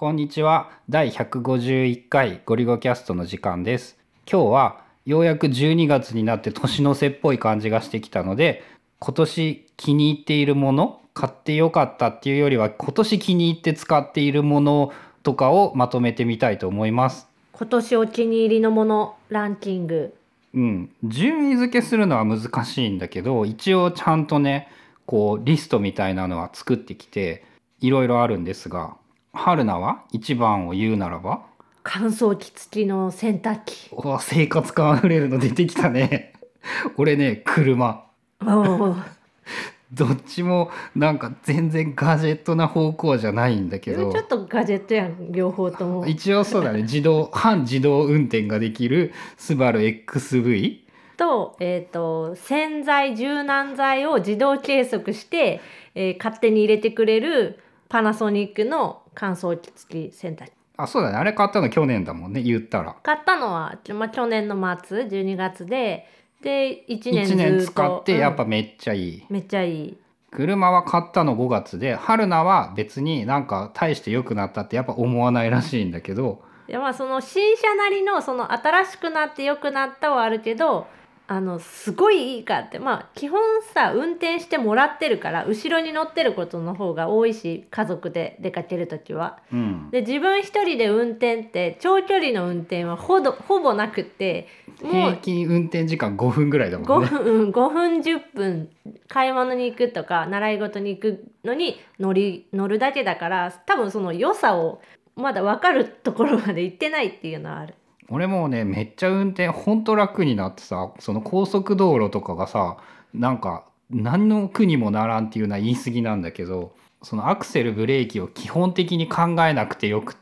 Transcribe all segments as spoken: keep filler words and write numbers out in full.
こんにちは。だいひゃくごじゅういっかいゴリゴキャストの時間です。今日はようやくじゅうにがつになって年の瀬っぽい感じがしてきたので、今年気に入っているもの、買ってよかったっていうよりは今年気に入って使っているものとかをまとめてみたいと思います。 今年お気に入りのものランキング。 うん、順位付けするのは難しいんだけど、一応ちゃんとね、こうリストみたいなのは作ってきていろいろあるんですが、春菜はいちばんを言うならば乾燥機付きの洗濯機。 お、生活感あふれるの出てきたね。俺ね、車。 おーどっちもなんか全然ガジェットな方向じゃないんだけど、 ちょっとガジェットやん、両方とも。 一応そうだね、自動半自動運転ができるスバル エックスブイと、えっ、と洗剤柔軟剤を自動計測して、えー勝手に入れてくれるパナソニックの乾燥機付き洗濯機。 あ、そうだね、あれ買ったの去年だもんね、言ったら。 買ったのは、ちょまあ、去年の末じゅうにがつで、でいちねんいちねんずっと使ってやっぱうんめっちゃいい。 めっちゃいい。 車は買ったのごがつで、春菜は別になんか大して良くなったってやっぱ思わないらしいんだけど、 でまあその新車なりのその新しくなって良くなったはあるけど、あのすごいいいかって、まあ基本さ運転してもらってるから後ろに乗ってることの方が多いし、家族で出かけるときは。 うん、 で自分一人で運転って長距離の運転はほどほぼなくって、も平う均運転時間ごふんぐらいだもん 5 ね。 分、うんごふんじゅっぷん買い物に行くとか習い事に行くのに乗り乗るだけだから、多分その良さをまだ分かるところまで行ってないっていうのはある。 俺もうね、めっちゃ運転ほんと楽になってさ、その高速道路とかがさ、なんか何の苦にもならんっていうのは言い過ぎなんだけど、そのアクセルブレーキを基本的に考えなくてよくって、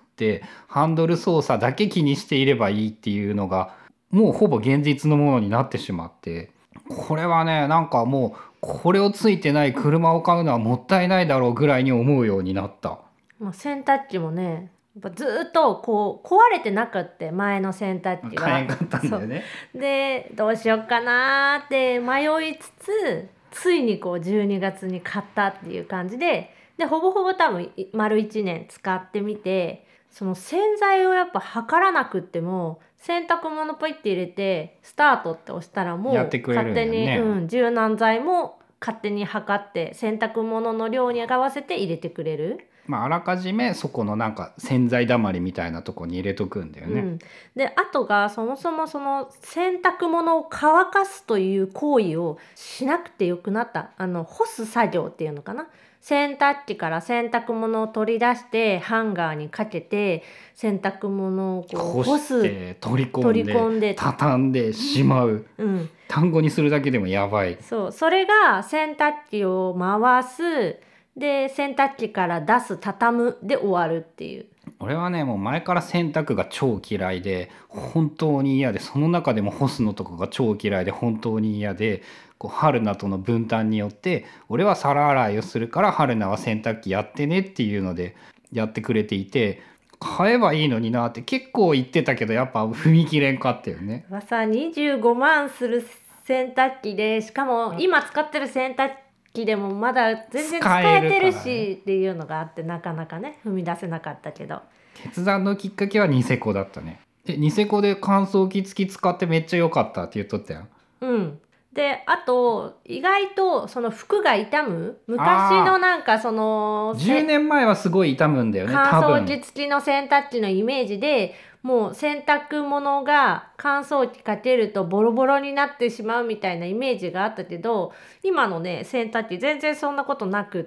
ハンドル操作だけ気にしていればいいっていうのがもうほぼ現実のものになってしまって、これはね、なんかもうこれをついてない車を買うのはもったいないだろうぐらいに思うようになった。 まあ、洗濯機もね、やっぱずーっとこう壊れてなくって、前の洗濯機が買えんかったんだよね。 でどうしようかなーって迷いつつ、ついにこうじゅうにがつに買ったっていう感じで、でほぼほぼ多分い丸いちねん使ってみて、その洗剤をやっぱ測らなくっても洗濯物ポイって入れてスタートって押したらもうやってくれる勝手に、 んだよね。 うん、柔軟剤も勝手に測って洗濯物の量に合わせて入れてくれる。 まあ、あらかじめそこのなんか洗剤だまりみたいなとこに入れとくんだよね。 うん、であとがそもそもその洗濯物を乾かすという行為をしなくてよくなった。あの干す作業っていうのかな。洗濯機から洗濯物を取り出してハンガーにかけて洗濯物をこう干し干す、 て取り込ん取でり込んで畳んでしまう。 うん、 単語にするだけでもやばい。 そうそれが洗濯機を回す、で洗濯機から出す畳むで終わるっていう。 俺はね、もう前から洗濯が超嫌いで本当に嫌で、その中でも干すのとかが超嫌いで本当に嫌で、こう春菜との分担によって俺は皿洗いをするから春菜は洗濯機やってねっていうのでやってくれていて、買えばいいのになって結構言ってたけどやっぱ踏み切れんかったよね。 はさにじゅうごまんする洗濯機で、しかも今使ってる洗濯機でもまだ全然使えてる使えるからねしっていうのがあって、なかなかね踏み出せなかったけど。 決断のきっかけはニセコだったね。でニセコで乾燥機付き使ってめっちゃ良かったって言っとったよ。 うんであと意外とその服が傷む昔のなんかそのじゅうねんまえはすごい傷むんだよね、 乾多分。 燥機付きの洗濯機のイメージで、もう洗濯物が乾燥機かけるとボロボロになってしまうみたいなイメージがあったけど、今のね洗濯機全然そんなことなくって、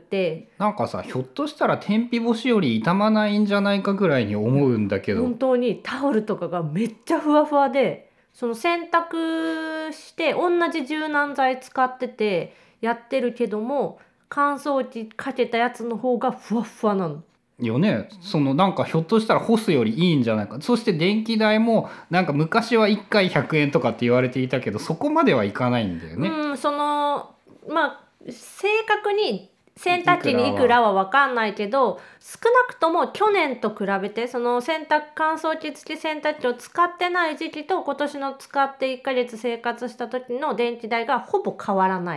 なんかさ、ひょっとしたら天日干しより傷まないんじゃないかぐらいに思うんだけど、 本当にタオルとかがめっちゃふわふわで、その洗濯して同じ柔軟剤使っててやってるけども、乾燥機かけたやつの方がふわふわなの。 よね。そのなんかひょっとしたら干すよりいいんじゃないか。そして電気代もなんか昔はいっかいひゃくえんとかって言われていたけど、そこまではいかないんだよね。 うん、そのまあ正確に洗濯機にいくらは分かんないけど、少なくとも去年と比べてその洗濯乾燥機付き洗濯機を使ってない時期と今年の使っていっかげつ生活した時の電気代がほぼ変わらない。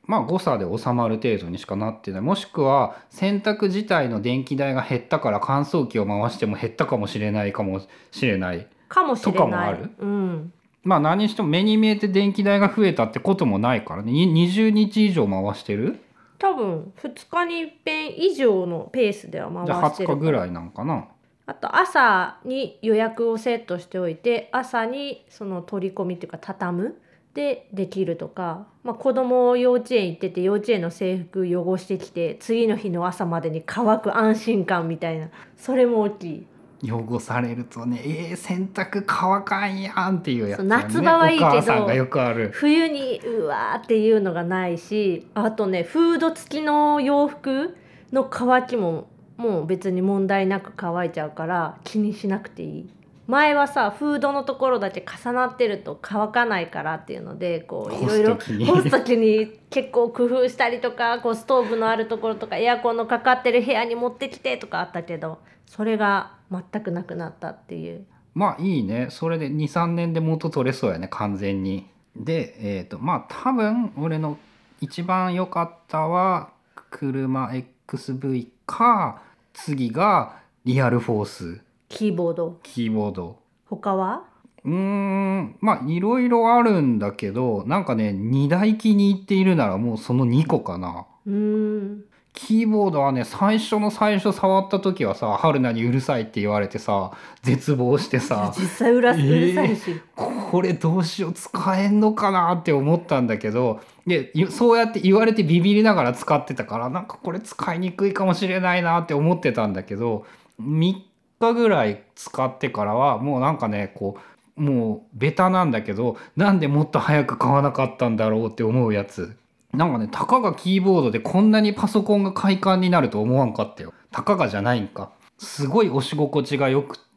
まあ誤差で収まる程度にしかなってない。もしくは洗濯自体の電気代が減ったから乾燥機を回しても減ったかもしれないかもしれないかもしとれない。 かもある。 うん。 まあ何にしても目に見えて電気代が増えたってこともないからね。ににじゅうにち以上回してる。 多分ふつかに一遍以上のペースでは回じゃあ20 してるから。 日ぐらいなんかな。 あと朝に予約をセットしておいて、朝にその取り込みっていうか畳むでできるとか、まあ、子供幼稚園行ってて幼稚園の制服汚してきて次の日の朝までに乾く安心感みたいな、それも大きい。 汚されるとね、えー、洗濯乾かんやんっていうやつ、 そうね、 夏場はいいけどお母さんがよくある。 冬にうわーっていうのがないし、あとねフード付きの洋服の乾きももう別に問題なく乾いちゃうから気にしなくていい。前はさフードのところだけ重なってると乾かないからっていうのでこういろいろ干す時に干す時に結構工夫したりとか、こうストーブのあるところとかエアコンのかかってる部屋に持ってきてとかあったけど、それが全くなくなったっていう。 まあいいね。それでにさんねんで元取れそうやね、完全に。でえっ、とまあ多分俺の一番良かったは車 エックスブイ か、次がリアルフォースキーボード。 キーボード。 他は？ うーんまあいろいろあるんだけど、なんかねにだい気に入っているならもうそのにこかな。 うーん。 キーボードはね、最初の最初触った時はさ、春菜にうるさいって言われてさ、絶望してさ、 実際うら、 えーうるさいし。 これどうしよう、使えんのかなって思ったんだけど、でそうやって言われてビビりながら使ってたから、なんかこれ使いにくいかもしれないなって思ってたんだけど、みっかぐらい使ってからはもうなんかね、こうもうベタなんだけど、なんでもっと早く買わなかったんだろうって思うやつ。なんかね、たかがキーボードでこんなにパソコンが快感になると思わんかったよ。たかがじゃないんか。すごい押し心地が良くって、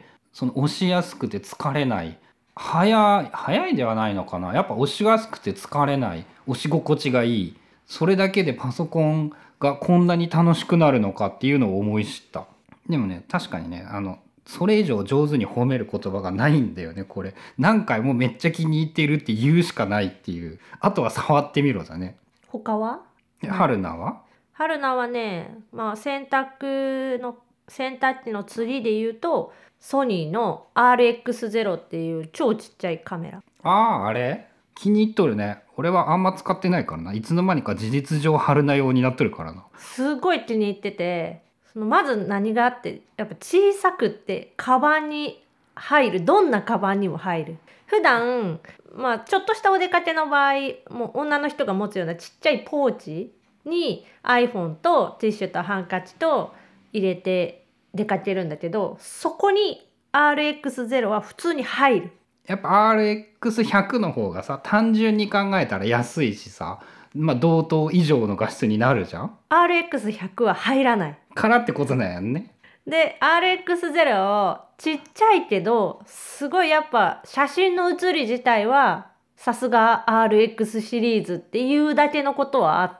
その押しやすくて疲れない。早い、早いではないのかな。やっぱ押しやすくて疲れない。押し心地がいい。それだけでパソコンがこんなに楽しくなるのかっていうのを思い知った。でもね、確かにね、あの、それ以上上手に褒める言葉がないんだよね、これ。何回もめっちゃ気に入ってるって言うしかないっていう。あとは触ってみろだね。 他は？ 春菜は？ 春菜はね、まあ洗濯の洗濯機の次で言うとソニーの アールエックスゼロ っていう超ちっちゃいカメラ。 ああ、あれ気に入っとるね。俺はあんま使ってないからな。いつの間にか事実上春菜用になっとるからな。 すごい気に入ってて、そのまず何があって、やっぱ小さくってカバンに入る、どんなカバンにも入る。普段まあちょっとしたお出かけの場合、もう女の人が持つようなちっちゃいポーチに iPhone とティッシュとハンカチと入れて出かけるんだけど、そこに アールエックスゼロ は普通に入る。 やっぱ アールエックスひゃく の方がさ、単純に考えたら安いしさ、まあ同等以上の画質になるじゃん。 アールエックスひゃく は入らない。 からってことなんやんね。 で アールエックスゼロ ちっちゃいけどすごいやっぱ写真の写り自体はさすが アールエックス シリーズっていうだけのことはあって、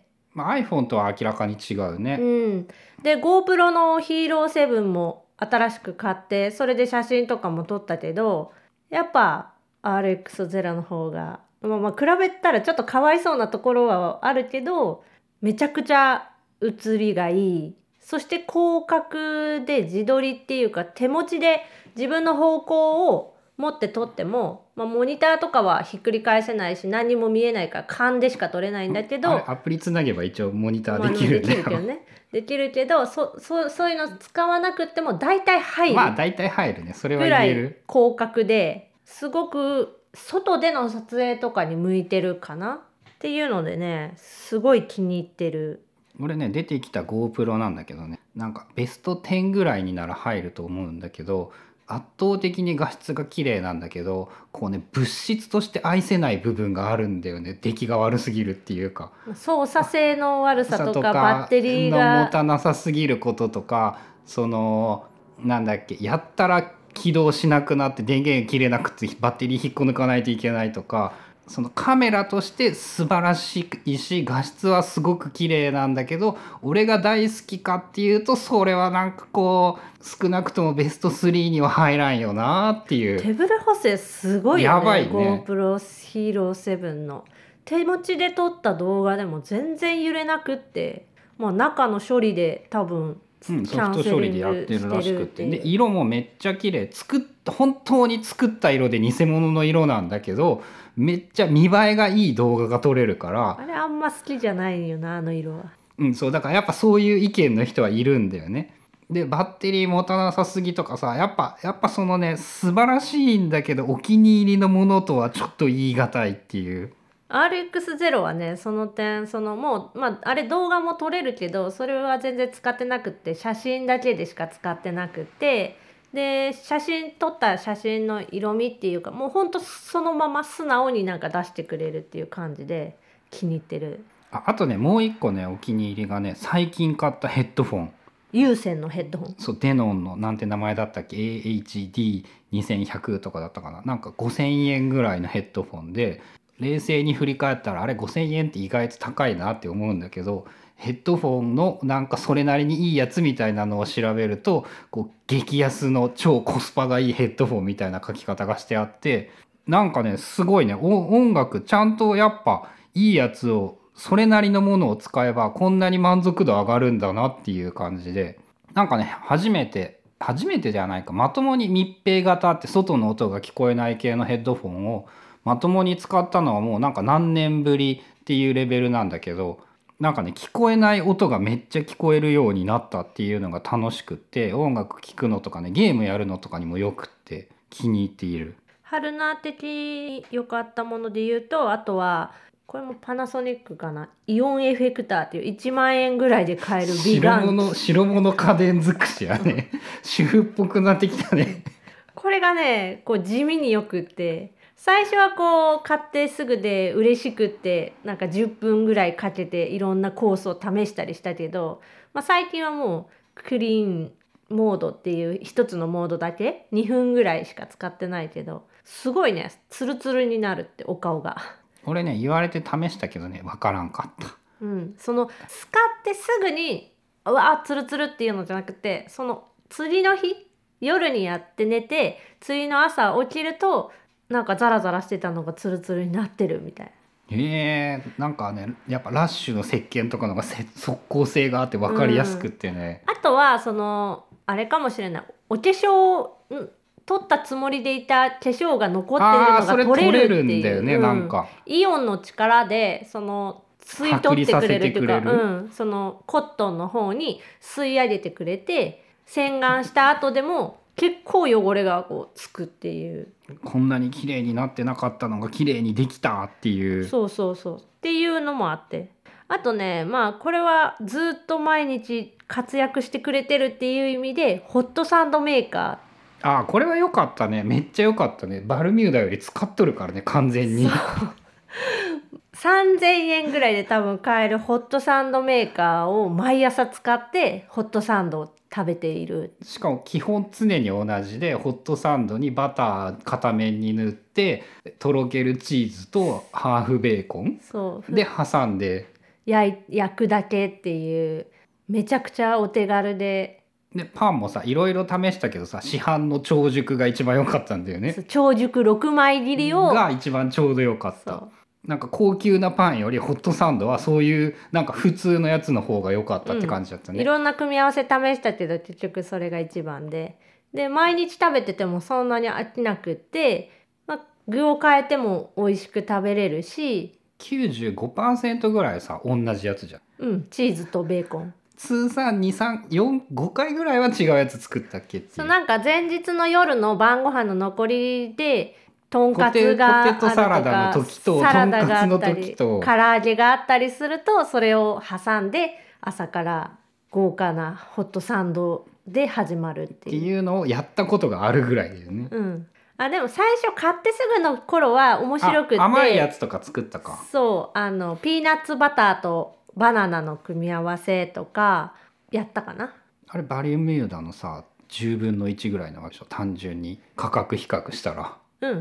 まあ、iPhone とは明らかに違うね。 うん、で GoPro のヒーローセブンも新しく買ってそれで写真とかも撮ったけど、やっぱ アールエックスゼロ の方が、まあ、まあ比べたらちょっとかわいそうなところはあるけどめちゃくちゃ写りがいい。そして広角で自撮りっていうか手持ちで自分の方向を持って撮っても、まあ、モニターとかはひっくり返せないし何にも見えないから勘でしか撮れないんだけど、 あれアプリつなげば一応モニターできるんだよ。 まあできるけどね。できるけどそそそういうの使わなくっても大体入るまあ大体入るね。それはぐらい言える。 広角ですごく外での撮影とかに向いてるかなっていうのでね、すごい気に入ってる。 俺ね、出てきた GoPro なんだけどね、なんかベストじゅうぐらいになら入ると思うんだけど、圧倒的に画質が綺麗なんだけど、こうね、物質として愛せない部分があるんだよね。出来が悪すぎるっていうか、 操作性の悪さととかバッテリーのが持たなさすぎることとか、そのなんだっけ、やったら起動しなくなって電源切れなくてバッテリー引っこ抜かないといけないとか、そのカメラとして素晴らしいし画質はすごく綺麗なんだけど、俺が大好きかっていうとそれはなんかこう少なくともベストスリーには入らんよなっていう。 手ブレ補正すごいよね。 やばいね。 GoPro Hero セブンの手持ちで撮った動画でも全然揺れなくって、まあ、中の処理で多分うん、 キャンソフトセリング処理でやってるらししてくってでるっていう。 色もめっちゃ綺麗作った本当に作った色で偽物の色なんだけどめっちゃ見栄えがいい動画が撮れるからあれあんま好きじゃないよな、あの色は。 うん、そうだからやっぱそういう意見の人はいるんだよね。でバッテリー持たなさすぎとかさやっぱやっぱそのね素晴らしいんだけどお気に入りのものとはちょっと言い難いっていう。 アールエックスゼロ はね、その点、そのもう、まあ、あれ動画も撮れるけど、それは全然使ってなくって、写真だけでしか使ってなくって、で、写真撮った写真の色味っていうか、もうほんとそのまま素直になんか出してくれるっていう感じで気に入ってる。 あ、あとねもう一個ねお気に入りがね最近買ったヘッドフォン。 有線のヘッドホン。 そうデノンのなんて名前だったっけ エーエイチディーにせんひゃく とかだったかななんかごせんえんぐらいのヘッドフォンで冷静に振り返ったらあれごせんえんって意外と高いなって思うんだけどヘッドフォンのなんかそれなりにいいやつみたいなのを調べるとこう激安の超コスパがいいヘッドフォンみたいな書き方がしてあってなんかねすごいねお音楽ちゃんとやっぱいいやつをそれなりのものを使えばこんなに満足度上がるんだなっていう感じでなんかね初めて初めてじゃないかまともに密閉型って外の音が聞こえない系のヘッドフォンをまともに使ったのはもうなんか何年ぶりっていうレベルなんだけどなんかね聞こえない音がめっちゃ聞こえるようになったっていうのが楽しくって音楽聴くのとかねゲームやるのとかにもよくって気に入っている。 春菜的に良かったもので言うと、あとはこれもパナソニックかな、イオンエフェクターっていういちまんえんぐらいで買える美白顔器。 物白物家電尽くしやね主婦っぽくなってきたねこれがねこう地味によくって、最初はこう買ってすぐで嬉しくってなんかじゅっぷんぐらいかけていろんなコースを試したりしたけど、まあ、最近はもうクリーンモードっていう一つのモードだけにふんぐらいしか使ってないけど、すごいねツルツルになるってお顔が。 俺ね言われて試したけどね分からんかった。 うん、その使ってすぐにうわーツルツルっていうのじゃなくて、その次の日夜にやって寝て次の朝起きるとなんかザラザラしてたのがツルツルになってるみたいな。 へえなんかねやっぱラッシュの石鹸とかのがせ即効性があって分かりやすくってね、 あとはそのあれかもしれない、お化粧ん取ったつもりでいた化粧が残ってるのあーそれが取れるって取れるんだいう、 よね、 うんなんかイオンの力でその吸い取ってくれるっていうか、 剥離させてくれるうん、そのコットンの方に吸い上げてくれて洗顔した後でも結構汚れがこうつくっていう。 こんなに綺麗になってなかったのが綺麗にできたっていう。 そうそうそうっていうのもあって、あとねまあこれはずっと毎日活躍してくれてるっていう意味でホットサンドメーカああこれは良かったねめっちゃ良かったねバルミューダより使っとるからね完全に。 ーさんぜんえんぐらいで多分買えるホットサンドメーカーを毎朝使ってホットサンドを食べている。 しかも基本常に同じでホットサンドにバター片面に塗ってとろけるチーズとハーフベーコンそうで挟んで焼い焼くだけっていうめちゃくちゃお手軽で、 でパンもさいろいろ試したけどさ市販の長熟が一番良かったんだよね。 長熟ろくまい切りをが一番ちょうど良かっそた。 うなんか高級なパンよりホットサンドはそういうなんか普通のやつの方が良かったって感じだったね、 うん、いろんな組み合わせ試したけど結局それが一番で、で毎日食べててもそんなに飽きなくって、まあ、具を変えても美味しく食べれるし、 きゅうじゅうごパーセントぐらいさ同じやつじゃん。 うん、チーズとベーコン通算にさんよんごかいぐらいは違うやつ作ったっけっていう。 そうなんか前日の夜の晩ご飯の残りでとんかつがあるとかポテトサラダの時とサラダがあとんかつのったり時と唐揚げがあったりするとそれを挟んで朝から豪華なホットサンドで始まるっってていう。 いうのをやったことがあるぐらいだよね。 うん、あでも最初買ってすぐの頃は面白くて、 あ甘いやつとか作ったか。 そうあのピーナッツバターとバナナの組み合わせとかやったかな。 あれバリミューダのさじゅうぶんのいちぐらいなわけでしょ単純に価格比較したら。 うん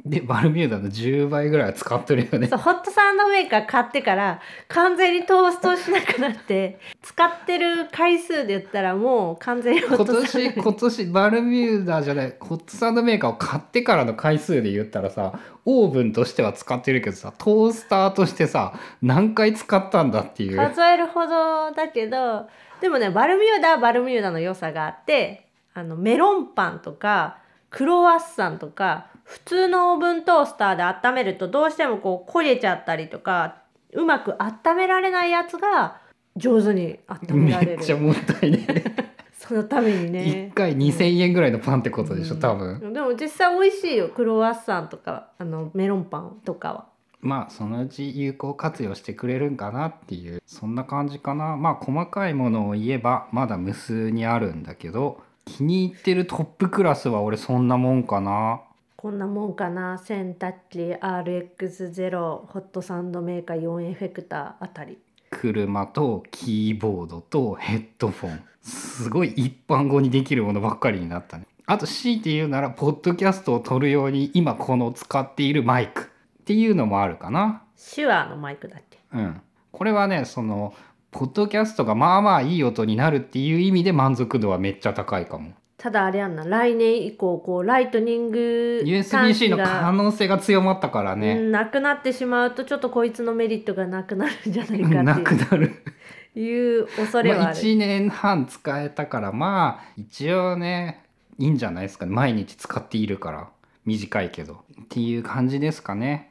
でバルミューダのじゅうばいぐらいは使ってるよね。 そうホットサンドメーカー買ってから完全にトーストしなくなって使ってる回数で言ったらもう完全にホッ今トサンドメーカー年今年バルミューダじゃないホットサンドメーカーを買ってからの回数で言ったらさ、オーブンとしては使ってるけどさ、トースターとしてさ何回使ったんだっていう。 数えるほどだけど、でもねバルミューダはバルミューダの良さがあって、あのメロンパンとかクロワッサンとか普通のオーブントースターで温めるとどうしてもこう焦げちゃったりとかうまく温められないやつが上手に温められる。 めっちゃもったいね。 そのためにねいっかいにせんえんぐらいのパンってことでしょ、多分。 うん、でも実際美味しいよクロワッサンとかあのメロンパンとかは。 まあそのうち有効活用してくれるんかなっていう、そんな感じかな。まあ細かいものを言えばまだ無数にあるんだけど、気に入ってるトップクラスは俺そんなもんかな。 こんなもんかな。洗濯機 アールエックスゼロ ホットサンドメーカーよんエフェクターあたり。 車とキーボードとヘッドフォン、すごい一般語にできるものばっかりになったね。あと強いて言うならポッドキャストを撮るように今この使っているマイクっていうのもあるかな。 手話のマイクだっけ。 うんこれはね、そのポッドキャストがまあまあいい音になるっていう意味で満足度はめっちゃ高いかも。 ただあれやんな、来年以降こうライトニングユーエスビー-C の可能性が強まったからね、 うん、なくなってしまうとちょっとこいつのメリットがなくなるんじゃないかなってくなるいういう恐れはあまある。 いちねんはん使えたからまあ一応ねいいんじゃないですかね。毎日使っているから短いけどっていう感じですかね。